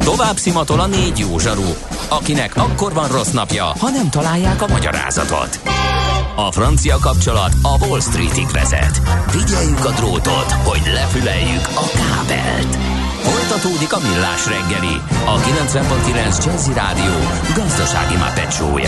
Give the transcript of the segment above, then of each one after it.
Tovább szimatol a 4 jó zsaru, akinek akkor van rossz napja, ha nem találják a magyarázatot. A francia kapcsolat a Wall Streetig vezet. Figyeljük a drótot, hogy lefüleljük a kábelt. Folytatódik a Millás reggeli, a 90.9 Jazzy Rádió gazdasági mápecsója.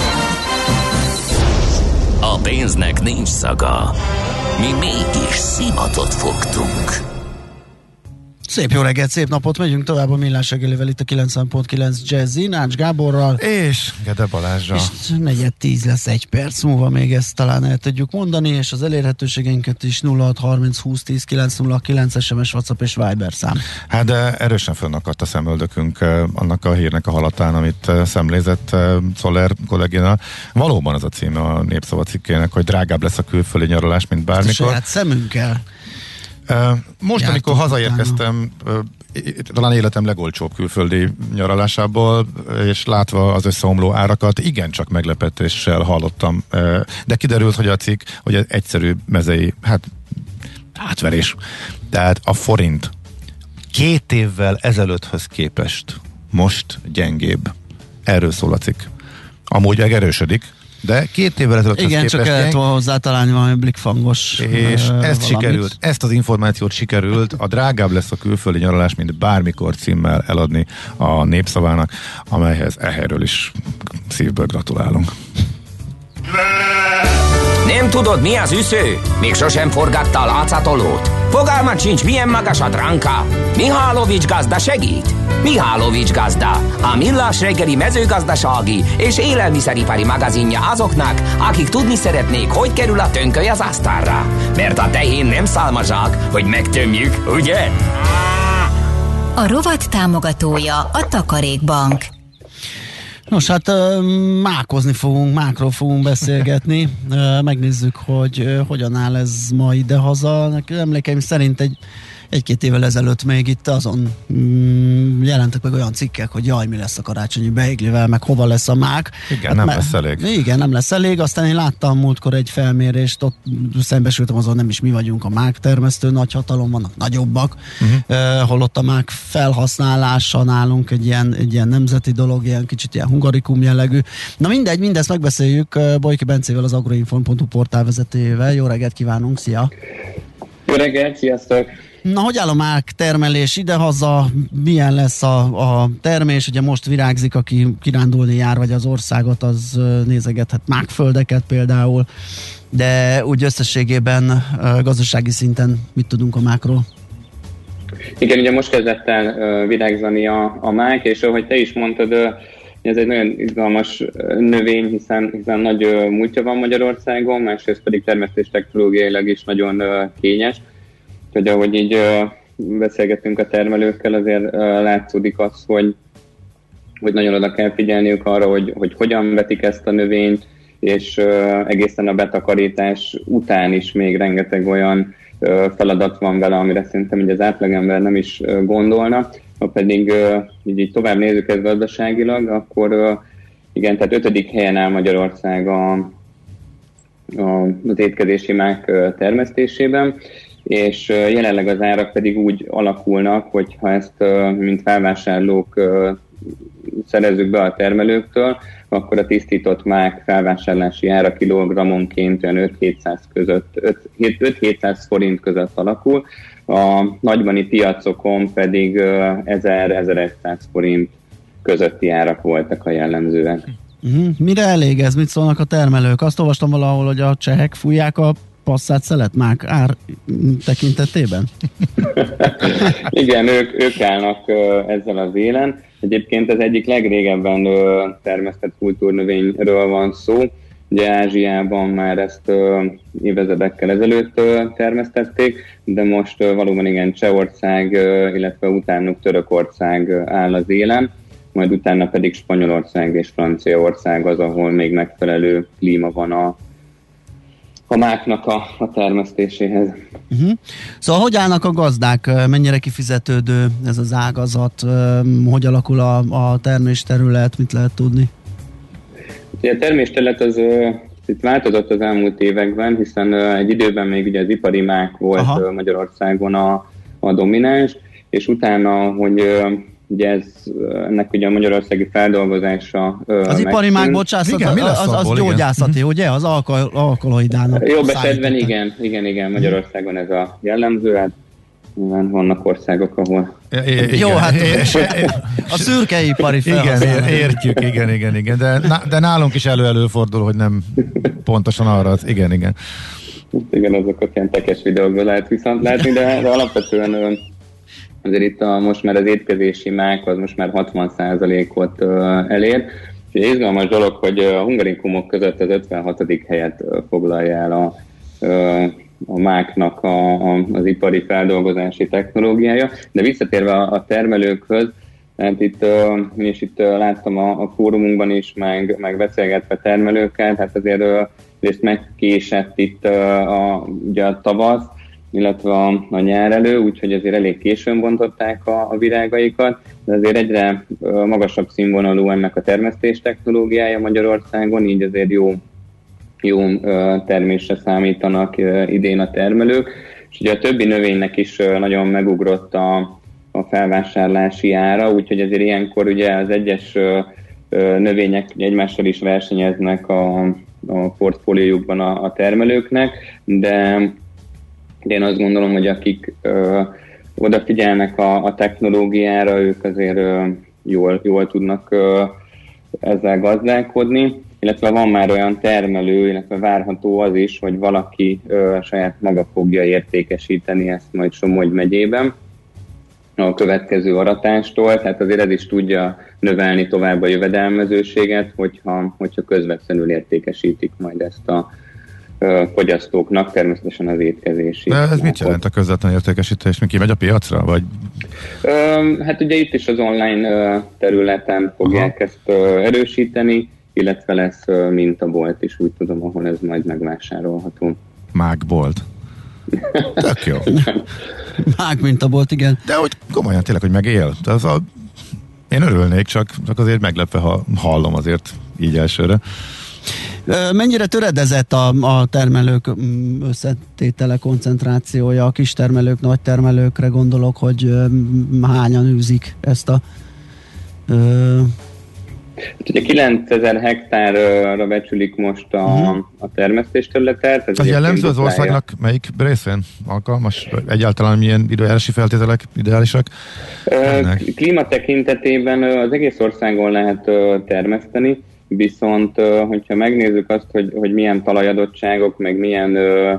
A pénznek nincs szaga. Mi mégis szimatot fogtunk. Szép jó reggelt, szép napot, megyünk tovább a Millás reggelivel itt a 90.9 Jazzy, Nács Gáborral. És Gede Balázsra. És 4:10 lesz, 1 perc múlva, még ezt talán el tudjuk mondani, és az elérhetőségeinket is 0630 20 10 909 SMS, WhatsApp és Viber szám. Hát de erősen fönnakadt a szemöldökünk annak a hírnek a halatán, amit szemlézett Czoller kollégénál. Valóban az a címe a Népszava cikkének, hogy drágább lesz a külföldi nyaralás, mint bármikor. Hát szemünkkel. Most, amikor hazaérkeztem, talán életem legolcsóbb külföldi nyaralásából, és látva az összeomló árakat, igencsak meglepetéssel hallottam, de kiderült, hogy a cikk, hogy ez egyszerű mezei, átverés. Tehát a forint 2 évvel ezelőtthöz képest most gyengébb. Erről szól a cikk. Amúgy megerősödik, de 2 évvel ezelőtt igen, csak kellett hozzá találni valami blikfangos. És ezt sikerült, ezt az információt sikerült, a drágább lesz a külföldi nyaralás, mint bármikor címmel eladni a Népszavának, amelyhez ehelyről is szívből gratulálunk. Nem tudod, mi az üsző? Még sosem forgatta a látszatolót? Fogalmat sincs, milyen magas a dránka? Mihálovics gazda segít? Mihálovics gazda, a Millás reggeli mezőgazdasági és élelmiszeripari magazinja azoknak, akik tudni szeretnék, hogy kerül a tönköly az asztalra. Mert a tehén nem szálmazsák, hogy megtömjük, ugye? A rovat támogatója a Takarékbank. Nos, hát mákról fogunk beszélgetni. Megnézzük, hogy hogyan áll ez ma idehaza. Emlékeim szerint egy-két évvel ezelőtt még itt azon jelentek meg olyan cikkek, hogy jaj, mi lesz a karácsonyi beiglivel, meg hova lesz a mák. Igen, nem lesz elég. Igen, nem lesz elég. Aztán én láttam múltkor egy felmérést, ott szembesültem azon, nem is mi vagyunk a mák termesztő nagyhatalom, vannak nagyobbak, holott a mák felhasználása nálunk egy ilyen nemzeti dolog, ilyen kicsit ilyen hungarikum jellegű. Na mindegy, mindezt megbeszéljük Bojki Bencével, az agroinform.hu portálvezetőjével. Jó reggelt kívánunk, szia! Jó reggelt, sziasztok! Na, hogy áll a mák termelés idehaza, milyen lesz a termés? Ugye most virágzik, aki kirándulni jár, vagy az országot, az nézegethet mákföldeket például, de úgy összességében gazdasági szinten mit tudunk a mákról? Igen, ugye most kezdett el virágzani a mák, és ahogy te is mondtad, ez egy nagyon izgalmas növény, hiszen nagy múltja van Magyarországon, másrészt pedig termesztés technológiailag is nagyon kényes. Hogy ahogy így beszélgetünk a termelőkkel, azért látszódik az, hogy nagyon oda kell figyelniük arra, hogy hogyan vetik ezt a növényt, és egészen a betakarítás után is még rengeteg olyan feladat van vele, amire szerintem így az átlagember nem is gondolna. Ha pedig így tovább nézzük ezt gazdaságilag, akkor igen, tehát 5. helyen áll Magyarország az étkezési mák termesztésében, és jelenleg az árak pedig úgy alakulnak, hogy ha ezt mint felvásárlók szerezzük be a termelőktől, akkor a tisztított mák felvásárlási ára kilogrammonként olyan 5-700 forint között alakul, a nagybani piacokon pedig 1000-1100 forint közötti árak voltak a jellemzőek. Mire elég ez? Mit szólnak a termelők? Azt olvastam valahol, hogy a csehek fújják a passzát szeletmák ár tekintetében? Igen, ők állnak ezzel az élen. Egyébként az egyik legrégebben termesztett kultúrnövényről van szó. Ugye Ázsiában már ezt évezredekkel ezelőtt termesztették, de most valóban igen Csehország, illetve utánuk Törökország áll az élen, majd utána pedig Spanyolország és Franciaország az, ahol még megfelelő klíma van a máknak a termesztéséhez. Szóval hogy állnak a gazdák? Mennyire kifizetődő ez az ágazat? Hogy alakul a termésterület? Mit lehet tudni? A termésterület az itt változott az elmúlt években, hiszen egy időben még ugye az ipari mák volt Magyarországon a domináns, és utána, hogy ugye ennek ugye a magyarországi feldolgozása az ipari mák, bocsánat, az gyógyászati, ugye? Az alkaloidának. Jobb esetben igen, Magyarországon ez a jellemző, hát vannak országok, ahol... Jó, hát a szürkeipari felhasználás. Értjük, igen. De nálunk is előfordul, hogy nem pontosan arra, igen. Igen, azokat ilyen tekes videókban lehet viszont látni, de alapvetően azért itt most már az étkezési mák az most már 60%-ot elér. És izgalmas dolog, hogy a hungarikumok között az 56. helyet foglalja el a máknak az ipari feldolgozási technológiája. De visszatérve a termelőkhöz, hát itt láttam a fórumunkban is, meg beszélgetve termelőkkel, hát azért megkésett itt ugye a tavasz, illetve a nyár elő, úgyhogy azért elég későn bontották a virágaikat, de azért egyre magasabb színvonalú ennek a termesztés technológiája Magyarországon, így azért jó termésre számítanak idén a termelők, és ugye a többi növénynek is nagyon megugrott a felvásárlási ára, úgyhogy azért ilyenkor ugye az egyes növények egymással is versenyeznek a portfóliójukban a termelőknek, de én azt gondolom, hogy akik odafigyelnek a technológiára, ők azért jól tudnak ezzel gazdálkodni, illetve van már olyan termelő, illetve várható az is, hogy valaki saját maga fogja értékesíteni ezt majd Somogy megyében a következő aratástól, tehát azért ez is tudja növelni tovább a jövedelmezőséget, hogyha közvetlenül értékesítik majd ezt a fogyasztóknak, természetesen az étkezési. De ez mit jelent a közvetlen értékesítés? Ki megy a piacra? Vagy? Hát ugye itt is az online területen fogják ezt erősíteni, illetve lesz mintabolt is, úgy tudom, ahol ez majd megvásárolható. Mákbolt. Tök jó. Mák mintabolt, igen. De hogy komolyan tényleg, hogy megél. Én örülnék, csak azért meglepve, ha hallom azért így elsőre. Mennyire töredezett a termelők összetétele, koncentrációja, a kistermelők, nagytermelőkre gondolok, hogy hányan űzik ezt a... Hát ugye 9000 hektárra becsülik most a termesztés területet. Ez jellemző az országnak melyik részén alkalmas? Egyáltalán milyen időjárási feltételek ideálisak? Klíma tekintetében az egész országon lehet termeszteni, viszont hogyha megnézzük azt, hogy milyen talajadottságok, meg milyen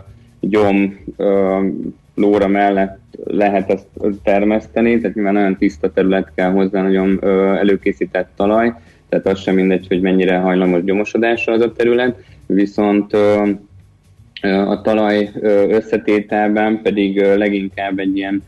lóra mellett lehet ezt termeszteni, tehát nyilván nagyon tiszta terület kell hozzá, nagyon előkészített talaj, tehát az sem mindegy, hogy mennyire hajlamos gyomosodásra az a terület, viszont a talaj összetételben pedig leginkább egy ilyen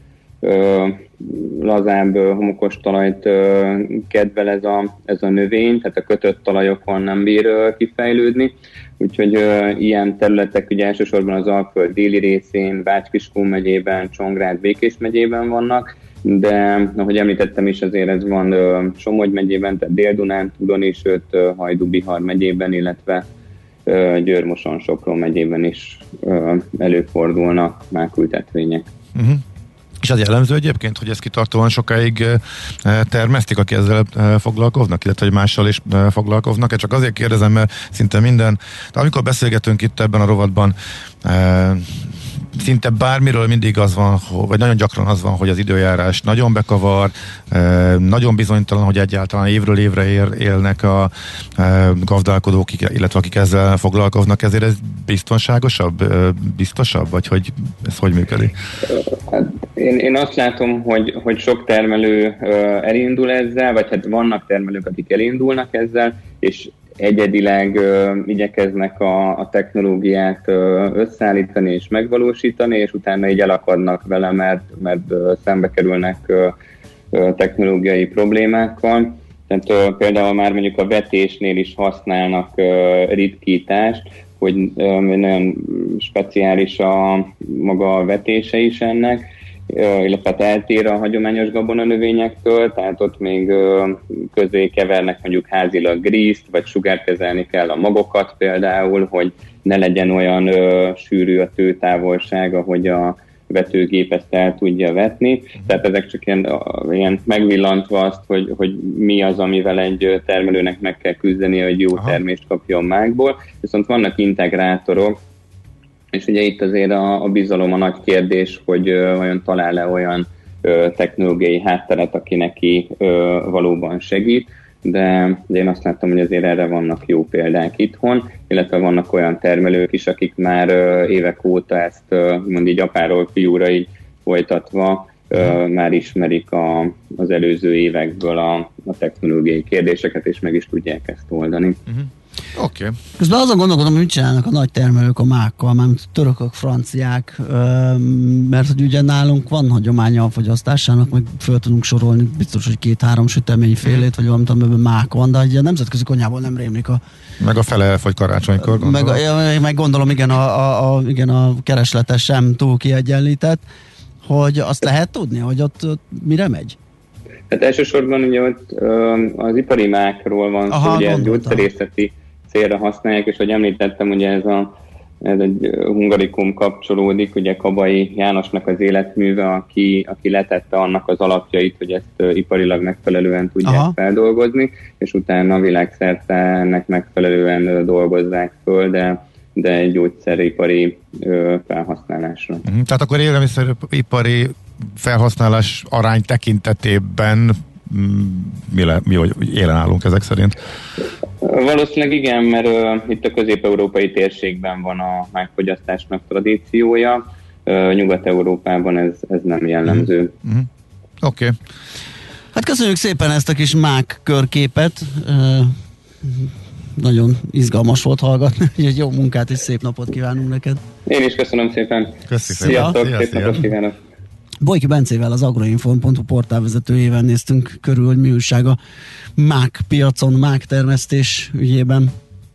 lazább, homokos talajt kedvel ez a növény, tehát a kötött talajokon nem bír kifejlődni, úgyhogy ilyen területek ugye elsősorban az Alföld déli részén, Bács-Kiskun megyében, Csongrád, Békés megyében vannak, de ahogy említettem is, azért ez van Somogy megyében, tehát Dél-Dunán, Tudon is, Hajdú-Bihar megyében, illetve Győr-Moson-Sopron megyében is előfordulnak mákültetvények. Uh-huh. És az jellemző egyébként, hogy ezt kitartóan sokáig termesztik, aki ezzel foglalkoznak, illetve hogy mással is foglalkoznak. Csak azért kérdezem, mert szinte minden, de amikor beszélgetünk itt ebben a rovatban, szinte bármiről mindig az van, vagy nagyon gyakran az van, hogy az időjárás nagyon bekavar, nagyon bizonytalan, hogy egyáltalán évről évre élnek a gazdálkodók, illetve akik ezzel foglalkoznak, ezért ez biztosabb, vagy hogy ez hogy működik? Én azt látom, hogy sok termelő elindul ezzel, vagy hát vannak termelők, akik elindulnak ezzel, és egyedileg igyekeznek a technológiát összeállítani és megvalósítani, és utána így elakadnak vele, mert szembe kerülnek technológiai problémákkal. Tehát például már mondjuk a vetésnél is használnak ritkítást, hogy nagyon speciális maga a vetése is ennek, illetve eltér a hagyományos gabonanövényektől, tehát ott még közé kevernek mondjuk házilag grízt, vagy sugárkezelni kell a magokat például, hogy ne legyen olyan sűrű a tőtávolság, ahogy a vetőgép ezt el tudja vetni. Tehát ezek csak ilyen megvillantva azt, hogy mi az, amivel egy termelőnek meg kell küzdeni, hogy jó termést kapjon mákból. Viszont vannak integrátorok, és ugye itt azért a bizalom a nagy kérdés, hogy vajon talál-e olyan technológiai hátteret, aki neki valóban segít, de én azt láttam, hogy azért erre vannak jó példák itthon, illetve vannak olyan termelők is, akik már évek óta ezt mond így apáról fiúra így folytatva már ismerik az előző évekből a technológiai kérdéseket, és meg is tudják ezt oldani. Oké. Közben azon gondolkodom, hogy mit csinálnak a nagy termelők a mákkal, mert törökök, franciák, mert hogy ugye nálunk van hagyománya a fogyasztásának, meg föl tudunk sorolni biztos, hogy 2-3 süteményfélét, vagy valamit, amiben mák van, de egy nemzetközi konyhából nem rémlik meg a fele elfogy karácsonykor, gondolom. Meg gondolom, igen, a kereslete sem túl kiegyenlített, hogy azt lehet tudni, hogy ott mire megy? Hát elsősorban ugye ott az ipari mákról van szó, ugye gyógyszerészeti célra használják, és hogy említettem, ugye ez egy Hungarikum kapcsolódik, ugye Kabai Jánosnak az életműve, aki letette annak az alapjait, hogy ezt iparilag megfelelően tudják feldolgozni, és utána világszerte ennek megfelelően dolgozzák föl, de egy gyógyszeripari felhasználásra. Tehát akkor élelmiszeripari felhasználás arány tekintetében mi élen állunk ezek szerint? Valószínűleg igen, mert itt a közép-európai térségben van a mágfogyasztásnak tradíciója, Nyugat-Európában ez nem jellemző. Oké. Hát köszönjük szépen ezt a kis mák körképet. Nagyon izgalmas volt hallgatni, úgyhogy jó munkát és szép napot kívánunk neked. Én is köszönöm szépen. Sziasztok, szép napot kívánok. Bojki Bencével, az agroinform.hu portálvezetőjével néztünk körül, hogy mi újság a mák piacon, mák termesztés ügyében.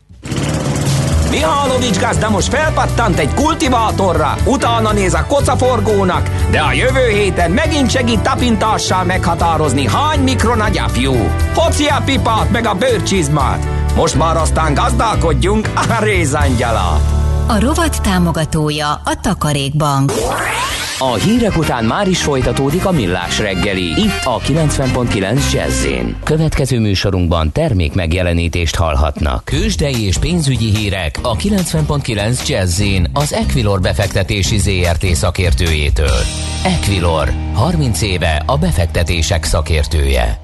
Mihálovics gazda most felpattant egy kultivátorra, utána néz a kocaforgónak, de a jövő héten megint segít tapintással meghatározni, hány mikron a gyapjú. Hoci a pipát meg a bőrcsizmát. Most már aztán gazdálkodjunk a rézangyalat. A rovat támogatója a Takarékbank. A hírek után már is folytatódik a Millás reggeli, itt a 90.9 Jazz-én. Következő műsorunkban termék megjelenítést hallhatnak. Tőzsdei és pénzügyi hírek a 90.9 Jazz-én az Equilor befektetési ZRT szakértőjétől. Equilor, 30 éve a befektetések szakértője.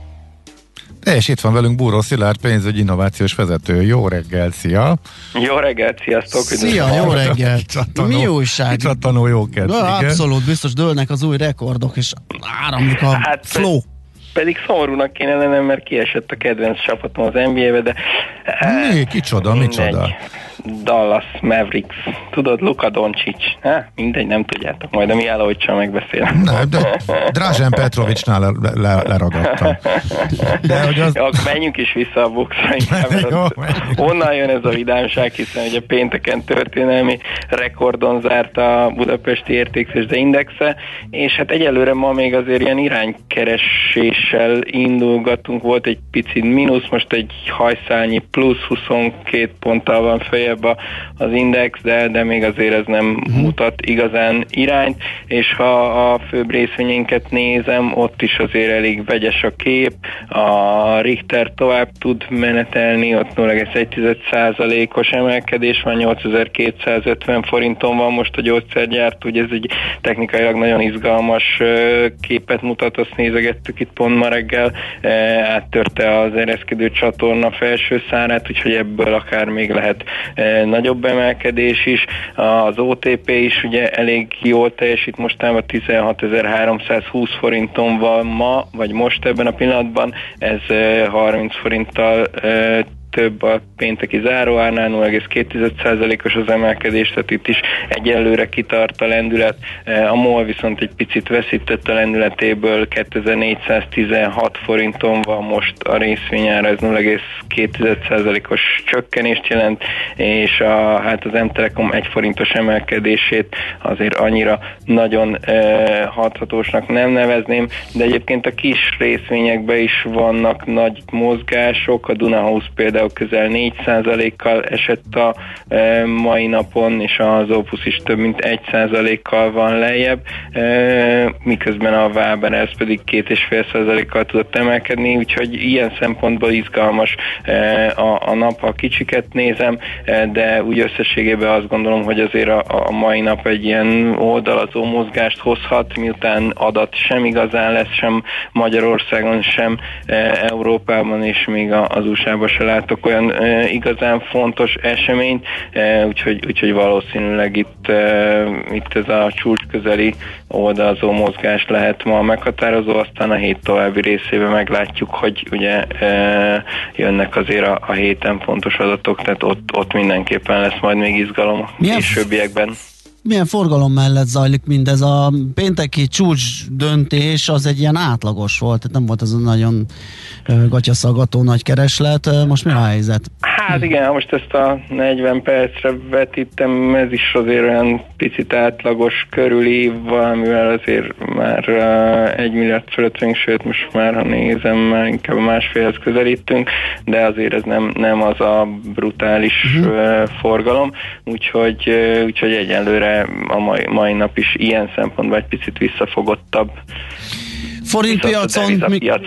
És itt van velünk Búró Szilárd, pénzügyi innovációs vezető. Jó reggelt, szia! Jó reggelt, sziasztok! Szia, jó reggelt! Mi újság? Csattanó jókedv. Abszolút, biztos dőlnek az új rekordok, és áramlik a flow. Pedig szomorúnak kéne lennem, mert kiesett a kedvenc csapatom az NBA-be, de... Kicsoda, micsoda? Dallas Mavericks. Tudod, Luka Doncic. Mindegy, nem tudjátok. Majd a Mihálovicsal megbeszélem. Ne, de Dražen Petrovicsnál leragadtam. De, hogy az... Akkor menjünk is vissza a boxra. Onnan jön ez a vidámság, hiszen ugye pénteken történelmi rekordon zárt a budapesti értéktőzsde indexe, és hát egyelőre ma még azért ilyen iránykereséssel indulgatunk. Volt egy picit mínusz, most egy hajszálnyi plusz 22 ponttal van följebb az index, de még azért ez nem mutat igazán irányt, és ha a főbb részvényeinket nézem, ott is azért elég vegyes a kép, a Richter tovább tud menetelni, ott 0,1%-os emelkedés van, 8250 forinton van most a gyógyszergyárt, ugye ez egy technikailag nagyon izgalmas képet mutat, azt nézegettük itt pont ma reggel, áttörte az ereszkedő csatorna felső szárát, úgyhogy ebből akár még lehet nagyobb emelkedés is. Az OTP is ugye elég jól teljesít, mostában 16.320 forinton van ma, vagy most ebben a pillanatban, ez 30 forinttal több a pénteki záróárnál, 0,2%-os az emelkedés, tehát itt is egyelőre kitart a lendület. A MOL viszont egy picit veszített a lendületéből, 2416 forinton van most a részvényára, ez 0,2%-os csökkenést jelent, és hát az M-Telekom 1 forintos emelkedését azért annyira nagyon hathatósnak nem nevezném, de egyébként a kis részvényekben is vannak nagy mozgások, a Dunahouse például például közel 4%-kal esett a mai napon, és az Opus is több mint 1%-kal van lejjebb, miközben a Waberers pedig 2,5%-kal tudott emelkedni, úgyhogy ilyen szempontból izgalmas a nap, ha kicsiket nézem, de úgy összességében azt gondolom, hogy azért a mai nap egy ilyen oldalazó mozgást hozhat, miután adat sem igazán lesz, sem Magyarországon, sem Európában, és még az USA-ban se látok olyan igazán fontos eseményt, úgyhogy valószínűleg itt ez a csúcs közeli oldalazó mozgás lehet ma meghatározó, aztán a hét további részében meglátjuk, hogy ugye jönnek azért a héten fontos adatok, tehát ott mindenképpen lesz majd még izgalom a későbbiekben. Milyen forgalom mellett zajlik mindez? A pénteki csúcs döntés az egy ilyen átlagos volt, tehát nem volt az a nagyon gatyaszaggató nagy kereslet. Most mi a helyzet? Hát igen, most ezt a 40 percre vetítem, ez is azért olyan picit átlagos körüli, valamivel azért már 1 milliárd fölött vagyunk, sőt most már, ha nézem, már inkább másfélhez közelítünk, de azért ez nem az a brutális forgalom, úgyhogy egyenlőre a mai nap is ilyen szempontból egy picit visszafogottabb. Forintpiacon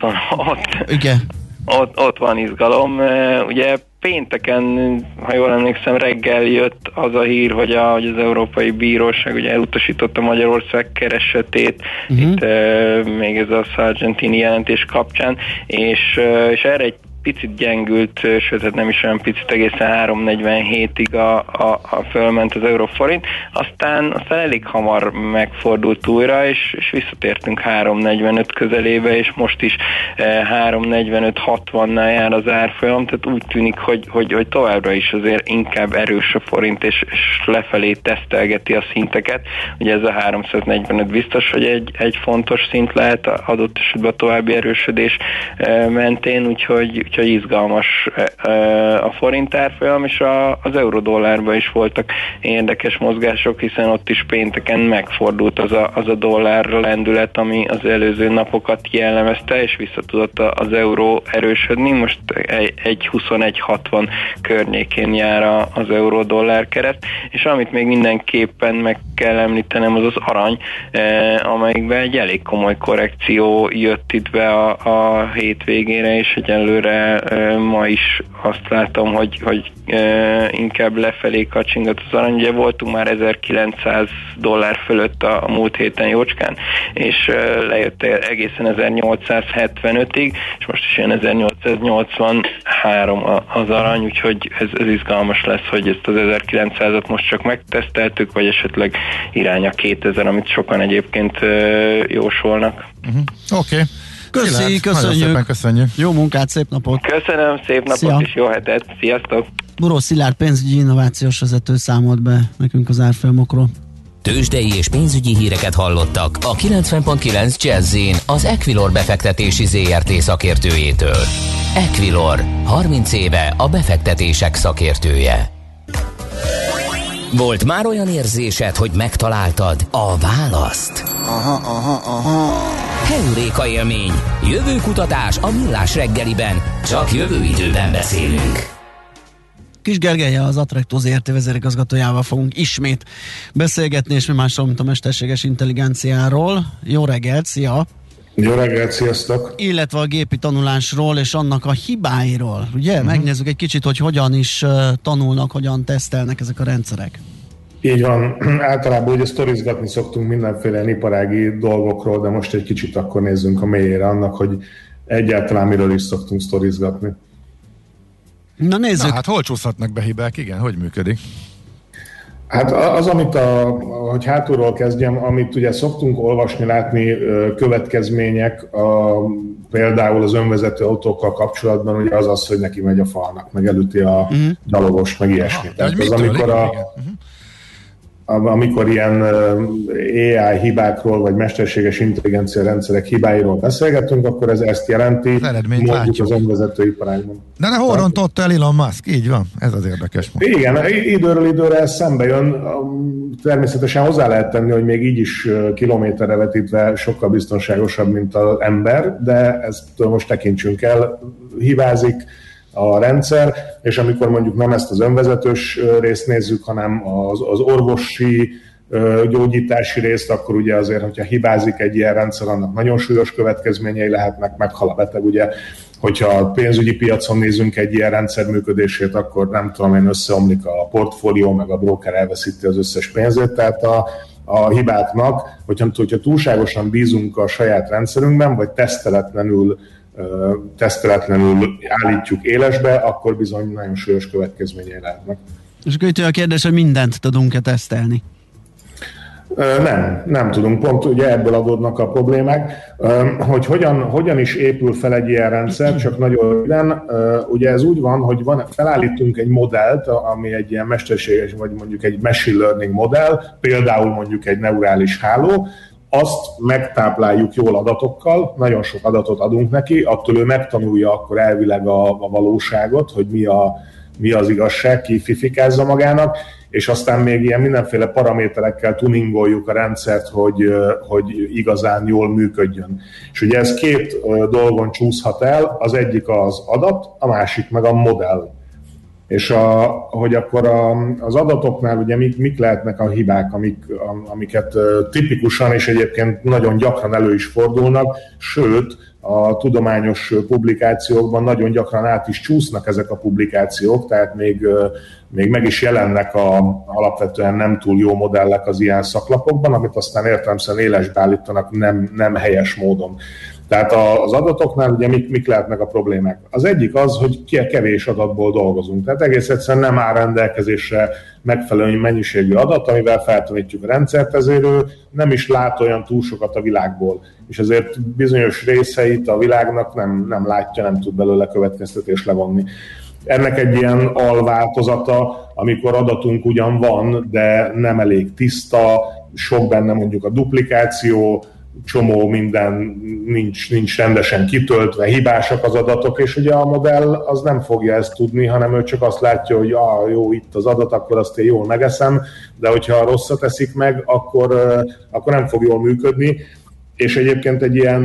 ott van izgalom. Ugye pénteken, ha jól emlékszem, reggel jött az a hír, hogy az Európai Bíróság ugye elutasította Magyarország keresetét, itt még ez a Sargentini jelentés kapcsán, és erre egy picit gyengült, sőt, nem is olyan picit, egészen 3,47-ig a fölment az euró-forint, aztán elég hamar megfordult újra, és visszatértünk 3,45 közelébe, és most is 3,45-60-nál jár az árfolyam, tehát úgy tűnik, hogy továbbra is azért inkább erős a forint, és lefelé tesztelgeti a szinteket. Ugye ez a 345 biztos, hogy egy fontos szint lehet adott esetben a további erősödés mentén, úgyhogy izgalmas a forint árfolyam, és az euró-dollárban is voltak érdekes mozgások, hiszen ott is pénteken megfordult az a dollár lendület, ami az előző napokat jellemezte, és vissza tudott az euró erősödni. Most 1,2160 környékén jár az euró-dollár kereszt, és amit még mindenképpen meg kell említenem, az arany, amelyikben egy elég komoly korrekció jött itt be a hétvégére, és egyelőre ma is azt látom, hogy inkább lefelé kacsingat az arany. Ugye voltunk már $1900 fölött a múlt héten jócskán, és lejött egészen 1875-ig, és most is ilyen 1883 az arany, úgyhogy ez izgalmas lesz, hogy ezt az 1900-at most csak megteszteltük, vagy esetleg irány a 2000, amit sokan egyébként jósolnak. Oké. Köszönjük. Jó munkát, szép napot. Köszönöm, szép napot. Szia. És jó hetet. Sziasztok. Buró Szilárd pénzügyi innovációs vezető számolt be nekünk az árfolyamokról. Tőzsdei és pénzügyi híreket hallottak a 90.9 Jazz-in az Equilor befektetési ZRT szakértőjétől. Equilor, 30 éve a befektetések szakértője. Volt már olyan érzésed, hogy megtaláltad a választ? Aha. Heuréka élmény. Jövőkutatás a Millás reggeliben. Csak jövő időben beszélünk. Kis Gergelye, az Attraktor ZRT vezérigazgatójával fogunk ismét beszélgetni, és mi másról, mint a mesterséges intelligenciáról. Jó reggelt, szia! Jó reggelt, sziasztok! Illetve a gépi tanulásról és annak a hibáiról. Ugye? Megnézzük egy kicsit, hogy hogyan is tanulnak, hogyan tesztelnek ezek a rendszerek. Így van. Általában ugye sztorizgatni szoktunk mindenféle iparági dolgokról, de most egy kicsit akkor nézzünk a mélyére annak, hogy egyáltalán miről is szoktunk sztorizgatni. Na nézzük. Hát hol csúszhatnak be hibák? Igen, hogy működik? Hát az, hogy hátulról kezdjem, amit ugye szoktunk olvasni, látni következmények, például az önvezető autókkal kapcsolatban, ugye az, hogy neki megy a falnak, meg elüti a gyalogos, meg ilyesmi. Tehát amikor ilyen AI hibákról, vagy mesterséges intelligencia rendszerek hibáiról beszélgetünk, akkor ez ezt jelenti, mondjuk az önvezető iparágban. De hol rontott el Elon Musk? Így van, ez az érdekes. Igen, időről időre ez szembe jön. Természetesen hozzá lehet tenni, hogy még így is kilométerre vetítve sokkal biztonságosabb, mint az ember, de ezt most tekintsünk el. Hibázik, a rendszer, és amikor mondjuk nem ezt az önvezetős részt nézzük, hanem az orvosi gyógyítási részt, akkor ugye azért, hogyha hibázik egy ilyen rendszer, annak nagyon súlyos következményei lehetnek, meghal a beteg, ugye, hogyha a pénzügyi piacon nézünk egy ilyen rendszer működését, akkor nem tudom én, összeomlik a portfólió, meg a broker elveszíti az összes pénzét, tehát a hibáknak, hogyha túlságosan bízunk a saját rendszerünkben, vagy teszteletlenül állítjuk élesbe, akkor bizony nagyon súlyos következményei lehetnek. És akkor itt a kérdés, hogy mindent tudunk-e tesztelni? Nem tudunk, pont ugye ebből adódnak a problémák, hogy hogyan is épül fel egy ilyen rendszer, csak nagyon röviden, ugye ez úgy van, hogy felállítunk egy modellt, ami egy ilyen mesterséges, vagy mondjuk egy machine learning modell, például mondjuk egy neurális háló, azt megtápláljuk jól adatokkal, nagyon sok adatot adunk neki, attól ő megtanulja akkor elvileg a valóságot, hogy mi az igazság, kifikázza magának, és aztán még ilyen mindenféle paraméterekkel tuningoljuk a rendszert, hogy igazán jól működjön. És ugye ez két dolgon csúszhat el, az egyik az adat, a másik meg a modell. És hogy akkor az adatoknál ugye mik lehetnek a hibák, amiket tipikusan és egyébként nagyon gyakran elő is fordulnak, sőt, a tudományos publikációkban nagyon gyakran át is csúsznak ezek a publikációk, tehát még meg is jelennek alapvetően nem túl jó modellek az ilyen szaklapokban, amit aztán értelemszerűen élesbe állítanak nem helyes módon. Tehát az adatoknál ugye mik lehetnek a problémák? Az egyik az, hogy kevés adatból dolgozunk. Tehát egész egyszerűen nem áll rendelkezésre megfelelő mennyiségű adat, amivel feltanítjuk a rendszert, ezért ő nem is lát olyan túl sokat a világból. És ezért bizonyos részeit a világnak nem látja, nem tud belőle következtetést levonni. Ennek egy ilyen alváltozata, amikor adatunk ugyan van, de nem elég tiszta, sok benne mondjuk a duplikáció, csomó minden nincs rendesen kitöltve, hibásak az adatok, és ugye a modell az nem fogja ezt tudni, hanem ő csak azt látja, hogy jó, itt az adat, akkor azt én jól megeszem, de hogyha rosszat eszik meg, akkor nem fog jól működni. És egyébként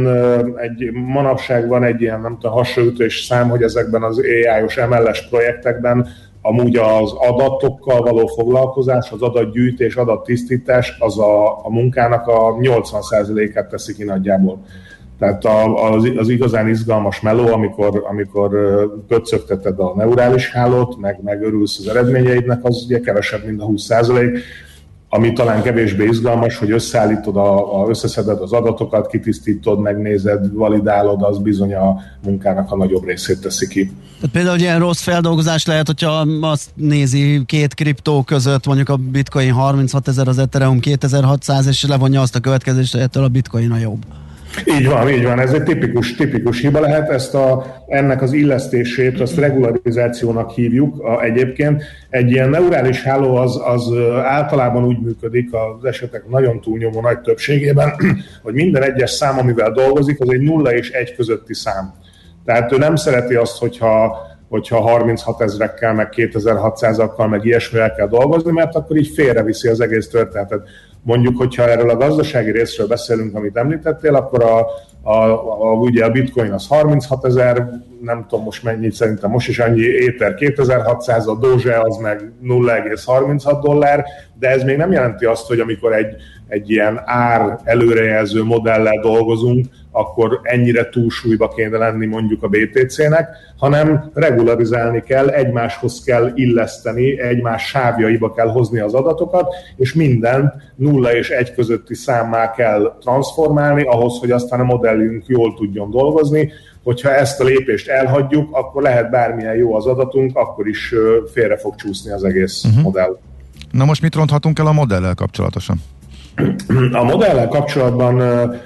egy manapság van egy ilyen, nem tudom, hasonlítós szám, hogy ezekben az AI-os ML-es projektekben amúgy az adatokkal való foglalkozás, az adatgyűjtés, adattisztítás az a munkának a 80%-át teszi ki nagyjából. Tehát az igazán izgalmas meló, amikor pöccögteted a neurális hálót, meg örülsz az eredményeidnek, az ugye kevesebb, mint a 20%. Ami talán kevésbé izgalmas, hogy összeállítod, összeszeded az adatokat, kitisztítod, megnézed, validálod, az bizony a munkának a nagyobb részét teszi ki. Tehát például ilyen rossz feldolgozás lehet, hogyha azt nézi két kriptó között, mondjuk a bitcoin 36 000, az Ethereum 2600, és levonja azt a következést, hogy ettől a bitcoin a jobb. Így van, ez egy tipikus hiba lehet, ennek az illesztését, azt regularizációnak hívjuk egyébként. Egy ilyen neurális háló az általában úgy működik az esetek nagyon túlnyomó nagy többségében, hogy minden egyes szám, amivel dolgozik, az egy 0 és 1 közötti szám. Tehát ő nem szereti azt, hogyha 36 000-ekkel, meg 2600-akkal, meg ilyesmivel kell dolgozni, mert akkor így félreviszi az egész történetet. Mondjuk, hogyha erről a gazdasági részről beszélünk, amit említettél, akkor ugye a bitcoin az 36 000, nem tudom most mennyit, szerintem most is annyi, Ether 2600, a Doge az meg $0,36, de ez még nem jelenti azt, hogy amikor egy ilyen ár előrejelző modellel dolgozunk, akkor ennyire túlsúlyba kéne lenni mondjuk a BTC-nek, hanem regularizálni kell, egymáshoz kell illeszteni, egymás sávjaiba kell hozni az adatokat, és mindent 0 és 1 közötti számmá kell transformálni, ahhoz, hogy aztán a modellünk jól tudjon dolgozni. Hogyha ezt a lépést elhagyjuk, akkor lehet bármilyen jó az adatunk, akkor is félre fog csúszni az egész modell. Na most mit ronthatunk el a modellel kapcsolatosan? A modellel kapcsolatban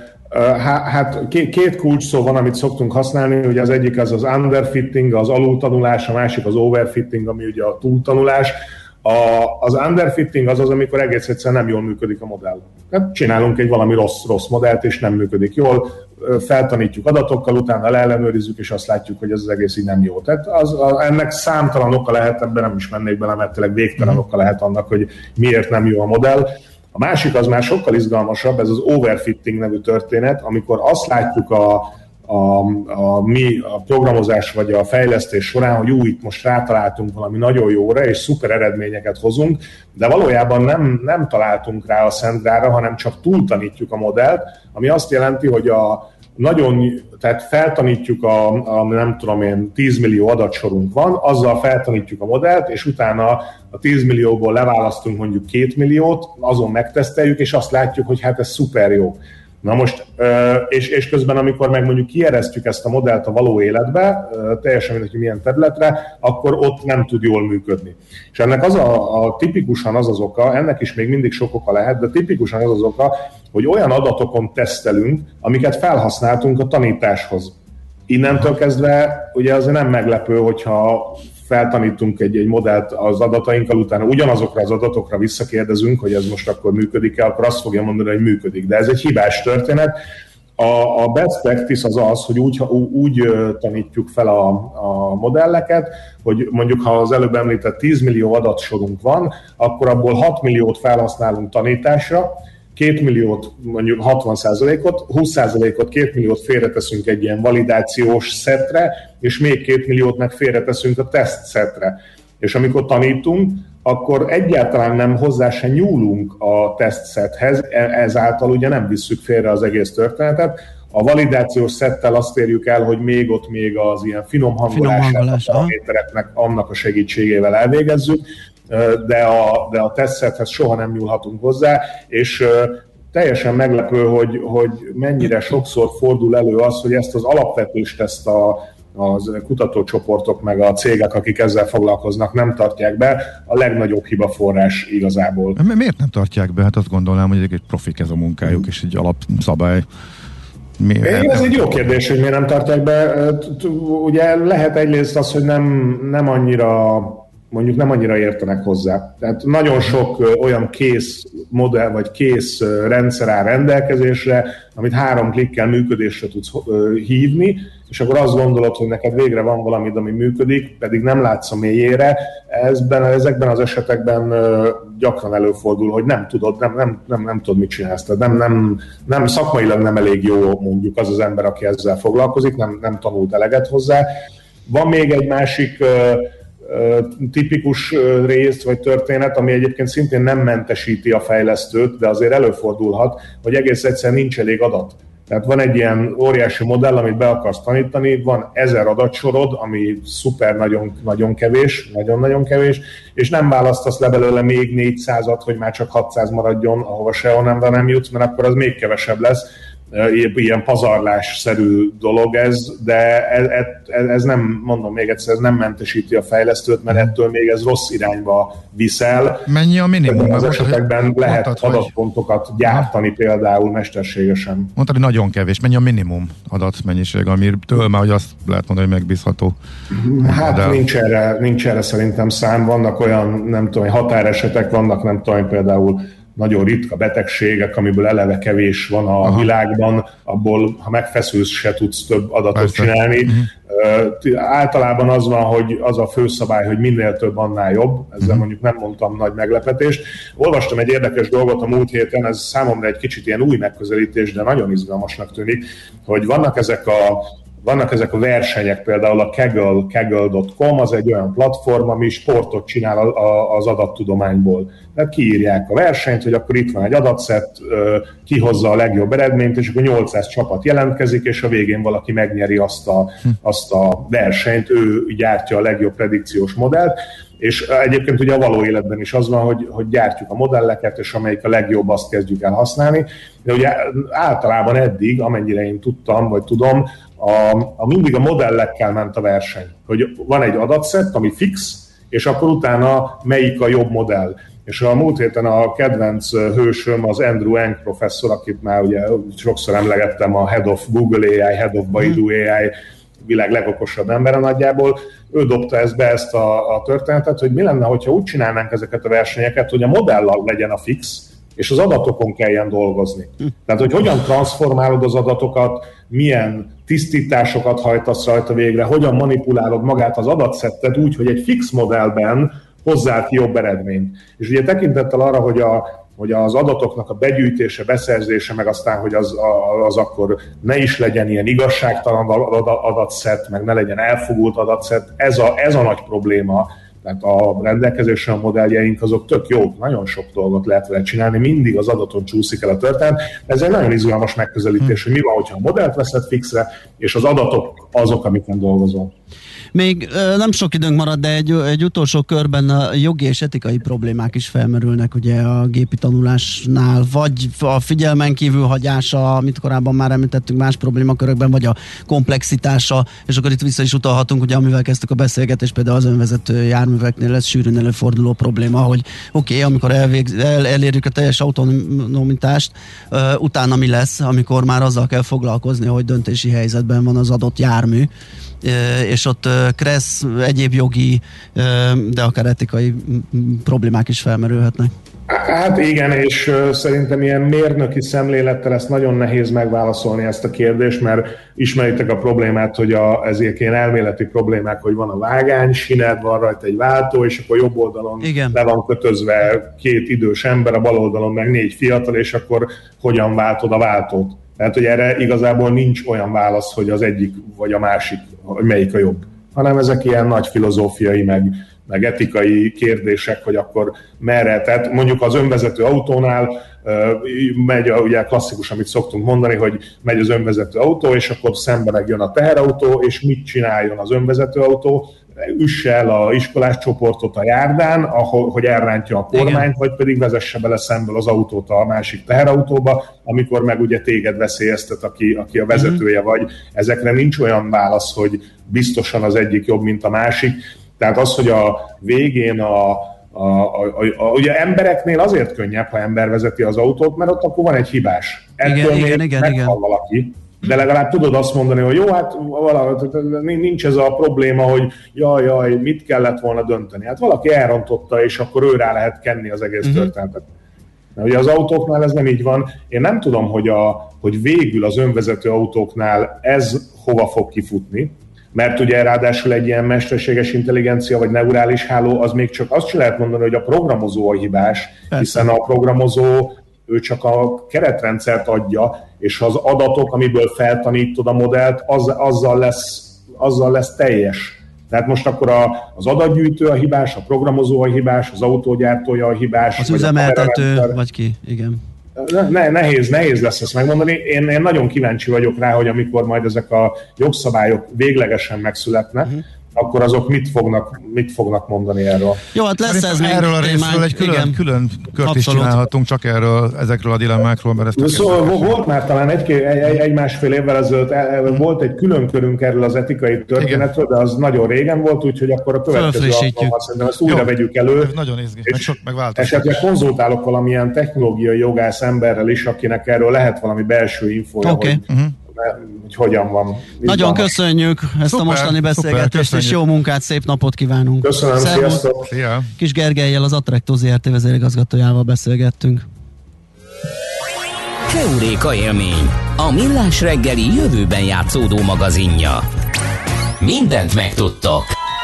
hát két kulcs szó van, amit szoktunk használni, ugye az egyik az underfitting, az alultanulás, a másik az overfitting, ami ugye a túltanulás. Az underfitting az, amikor egész egyszerűen nem jól működik a modell. Tehát csinálunk egy valami rossz modellt, és nem működik jól, feltanítjuk adatokkal, utána leellenőrizzük, és azt látjuk, hogy ez az egész így nem jó. Tehát ennek számtalan oka lehet, ebben nem is mennék bele, mert tényleg végtelen oka lehet annak, hogy miért nem jó a modell. A másik az már sokkal izgalmasabb, ez az overfitting nevű történet, amikor azt látjuk a programozás vagy a fejlesztés során, hogy itt most rátaláltunk valami nagyon jóra, és szuper eredményeket hozunk, de valójában nem találtunk rá a szentgrára, hanem csak túltanítjuk a modellt, ami azt jelenti, hogy tehát feltanítjuk nem tudom én, 10 millió adatsorunk van, azzal feltanítjuk a modellt, és utána a 10 millióból leválasztunk mondjuk 2 milliót, azon megteszteljük, és azt látjuk, hogy hát ez szuper jó. Na most, és közben, amikor meg mondjuk kieresztjük ezt a modellt a való életbe, teljesen mindegy, hogy milyen területre, akkor ott nem tud jól működni. És ennek tipikusan az oka, ennek is még mindig sok oka lehet, de tipikusan az oka, hogy olyan adatokon tesztelünk, amiket felhasználtunk a tanításhoz. Innentől kezdve ugye azért nem meglepő, hogyha feltanítunk egy modellt az adatainkkal, utána ugyanazokra az adatokra visszakérdezünk, hogy ez most akkor működik-e, akkor azt fogja mondani, hogy működik. De ez egy hibás történet. A best practice az, hogy úgy tanítjuk fel a modelleket, hogy mondjuk ha az előbb említett 10 millió adatsorunk van, akkor abból 6 milliót felhasználunk tanításra, 2 milliót, mondjuk 60%-ot, 20%-ot, 2 milliót félreteszünk egy ilyen validációs szettre, és még 2 milliót meg félreteszünk a teszt szettre. És amikor tanítunk, akkor egyáltalán nem hozzá se nyúlunk a tesztszethez, ezáltal ugye nem visszük félre az egész történetet. A validációs szettel azt érjük el, hogy még az ilyen finom hangolását a paramétereknek, annak a segítségével elvégezzük, de a tesztsethez soha nem nyúlhatunk hozzá, és teljesen meglepő, hogy mennyire sokszor fordul elő az, hogy ezt az alapvetős teszt az kutatócsoportok meg a cégek, akik ezzel foglalkoznak, nem tartják be, a legnagyobb hibaforrás igazából. Miért nem tartják be? Hát azt gondolnám, hogy egy profik ez a munkájuk, és egy alapszabály. Ez egy jó kérdés, hogy miért nem tartják be. Ugye lehet egyrészt az, hogy nem annyira értenek hozzá. Tehát nagyon sok olyan kész modell, vagy kész rendszer áll rendelkezésre, amit 3 klikkel működésre tudsz hívni, és akkor azt gondolod, hogy neked végre van valami, ami működik, pedig nem látsz a mélyére. Ezekben az esetekben gyakran előfordul, hogy nem tudod, nem tudod, mit csinálsz. Tehát nem szakmailag nem elég jó mondjuk az ember, aki ezzel foglalkozik, nem tanult eleget hozzá. Van még egy másik tipikus rész vagy történet, ami egyébként szintén nem mentesíti a fejlesztőt, de azért előfordulhat, hogy egész egyszerűen nincs elég adat. Tehát van egy ilyen óriási modell, amit be akarsz tanítani, van 1000 adatsorod, ami szuper nagyon kevés, nagyon-nagyon kevés, és nem választasz le belőle még 400-at, hogy már csak 600 maradjon, ahova sehonnan nem jutsz, mert akkor az még kevesebb lesz. Ilyen pazarlásszerű dolog ez, de ez nem, mondom még egyszer, ez nem mentesíti a fejlesztőt, mert ettől még ez rossz irányba viszel. Mennyi a minimum? Az esetekben lehet adatpontokat gyártani például mesterségesen. Mondtad, hogy nagyon kevés. Mennyi a minimum adatmennyiség, amitől már, hogy azt lehet mondani, hogy megbízható? Hát nincs erre szerintem szám. Vannak olyan, nem tudom, határesetek, vannak nem tudom, például nagyon ritka betegségek, amiből eleve kevés van a világban, abból, ha megfeszülsz, se tudsz több adatot csinálni. Általában az van, hogy az a főszabály, hogy minél több, annál jobb. Ezzel mondjuk nem mondtam nagy meglepetést. Olvastam egy érdekes dolgot a múlt héten, ez számomra egy kicsit ilyen új megközelítés, de nagyon izgalmasnak tűnik, hogy vannak ezek a versenyek, például a Kaggle.com, az egy olyan platform, ami sportot csinál az adattudományból. Tehát kiírják a versenyt, hogy akkor itt van egy adatszett, kihozza a legjobb eredményt, és akkor 800 csapat jelentkezik, és a végén valaki megnyeri azt a versenyt, ő gyártja a legjobb predikciós modellt, és egyébként ugye a való életben is az van, hogy gyártjuk a modelleket, és amelyik a legjobb, azt kezdjük el használni. De ugye általában eddig, amennyire én tudtam, vagy tudom, mindig a modellekkel ment a verseny. Hogy van egy adatszett, ami fix, és akkor utána melyik a jobb modell. És a múlt héten a kedvenc hősöm az Andrew Ng professzor, akit már ugye sokszor emlegettem, a Head of Google AI, Head of Baidu AI, világ legokosabb embere nagyjából, ő dobta ezt a történetet, hogy mi lenne, hogyha úgy csinálnánk ezeket a versenyeket, hogy a modellal legyen a fix, és az adatokon kelljen dolgozni. Tehát, hogy hogyan transformálod az adatokat, milyen tisztításokat hajtasz rajta végre, hogyan manipulálod magát az adatszettet úgy, hogy egy fix modellben hozzá ki jobb eredményt. És ugye tekintettel arra, hogy hogy az adatoknak a begyűjtése, beszerzése, meg aztán, hogy az akkor ne is legyen ilyen igazságtalan adatszett, meg ne legyen elfogult adatszett, ez a nagy probléma. Tehát a rendelkezésre a modelljeink azok tök jók, nagyon sok dolgot lehet vele csinálni, mindig az adaton csúszik el a történet. Ez egy nagyon izgalmas megközelítés, hogy mi van, hogyha a modellt veszed fixre, és az adatok azok, amiken dolgozol. Még nem sok időnk marad, de egy utolsó körben a jogi és etikai problémák is felmerülnek ugye a gépi tanulásnál, vagy a figyelmen kívül hagyása, amit korábban már említettünk más problémakörökben, vagy a komplexitása, és akkor itt vissza is utalhatunk, ugye amivel kezdtük a beszélgetést, például az önvezető járműveknél lesz sűrűn előforduló probléma, hogy oké, amikor elérjük a teljes autonomitást, utána mi lesz, amikor már azzal kell foglalkozni, hogy döntési helyzetben van az adott jármű, és ott kressz, egyéb jogi, de akár etikai problémák is felmerülhetnek. Hát igen, és szerintem ilyen mérnöki szemlélettel ezt nagyon nehéz megválaszolni ezt a kérdést, mert ismeritek a problémát, hogy ezek ilyen elméleti problémák, hogy van a vágány, sined, van rajta egy váltó, és akkor jobb oldalon le van kötözve 2 idős ember, a bal oldalon meg 4 fiatal, és akkor hogyan váltod a váltót? Tehát, hogy erre igazából nincs olyan válasz, hogy az egyik vagy a másik, hogy melyik a jobb, hanem ezek ilyen nagy filozófiai, meg etikai kérdések, hogy akkor merre. Tehát mondjuk az önvezető autónál megy, ugye klasszikus, amit szoktunk mondani, hogy megy az önvezető autó, és akkor szembe megjön a teherautó, és mit csináljon az önvezető autó? Üsse el a iskolás csoportot a járdán, hogy elrántja a kormányt, vagy pedig vezesse bele szemből az autót a másik teherautóba, amikor meg ugye téged veszélyeztet, aki a vezetője vagy. Ezekre nincs olyan válasz, hogy biztosan az egyik jobb, mint a másik. Tehát az, hogy a végén ugye embereknél azért könnyebb, ha ember vezeti az autót, mert ott akkor van egy hibás. Ettől még meghal valaki. De legalább tudod azt mondani, hogy jó, hát nincs ez a probléma, hogy jaj, mit kellett volna dönteni. Hát valaki elrontotta, és akkor ő rá lehet kenni az egész történetet. Mert ugye az autóknál ez nem így van. Én nem tudom, hogy végül az önvezető autóknál ez hova fog kifutni, mert ugye ráadásul egy ilyen mesterséges intelligencia vagy neurális háló, az még csak azt sem lehet mondani, hogy a programozó a hibás, hiszen a programozó ő csak a keretrendszert adja, és az adatok, amiből feltanítod a modellt, azzal lesz teljes. Tehát most akkor az adatgyűjtő a hibás, a programozó a hibás, az autógyártója a hibás. Az üzemeltető, vagy ki, igen. Nehéz lesz ezt megmondani. Én nagyon kíváncsi vagyok rá, hogy amikor majd ezek a jogszabályok véglegesen megszületnek, akkor azok mit fognak mondani erről. Jó, hát lesz ez még erről a részről egy külön kört is csinálhatunk, csak ezekről a dilemmákról, mert ezt volt már talán egy-másfél évvel ezelőtt volt egy külön körünk erről az etikai történetről, de az nagyon régen volt, úgyhogy akkor a következő alkalommal szerintem ezt újra vegyük elő. Nagyon izgi, sok megváltozás. Esetleg konzultálok valamilyen technológiai jogász emberrel is, akinek erről lehet valami belső infója, hogy hogyan van. Nagyon köszönjük ezt a mostani beszélgetést, és jó munkát, szép napot kívánunk. Köszönöm, sziasztok! Szia. Kis Gergellyel, az Attraktor Zrt. vezérigazgatójával beszélgettünk. Heuréka élmény, a Millás reggeli jövőben játszódó magazinja. Mindent megtudtok.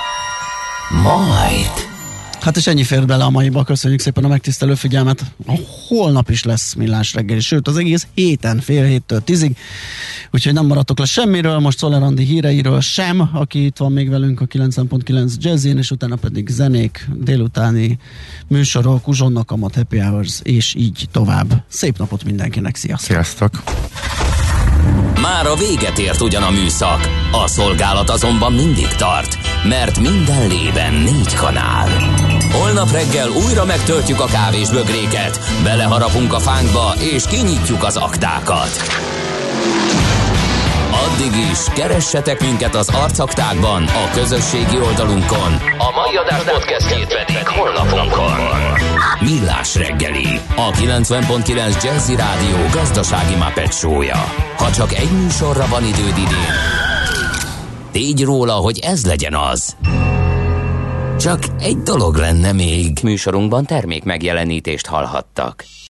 Majd. Hát és ennyi fér bele a maiba, köszönjük szépen a megtisztelő figyelmet. Holnap is lesz Millás reggeli, sőt az egész héten, fél 7-től 10-ig, úgyhogy nem maradtok le semmiről, most Szoller Andi híreiről sem, aki itt van még velünk a 90.9 Jazzin, és utána pedig zenék, délutáni műsorok, Uzsonna Kamat, Happy Hours, és így tovább. Szép napot mindenkinek, sziasztok! Sziasztok! Már a véget ért ugyan a műszak, a szolgálat azonban mindig tart, mert minden lében 4 kanál. Holnap reggel újra megtöltjük a kávésbögréket, beleharapunk a fánkba és kinyitjuk az aktákat. Addig is keressetek minket az arcaktákban, a közösségi oldalunkon, a mai adás podcastjét pedig honlapunkon. Millás reggeli, a 90.9 Jazzy Rádió gazdasági Muppet show-ja. Ha csak egy műsorra van időd idén, tégy róla, hogy ez legyen az. Csak egy dolog lenne még. Műsorunkban termék megjelenítést hallhattak.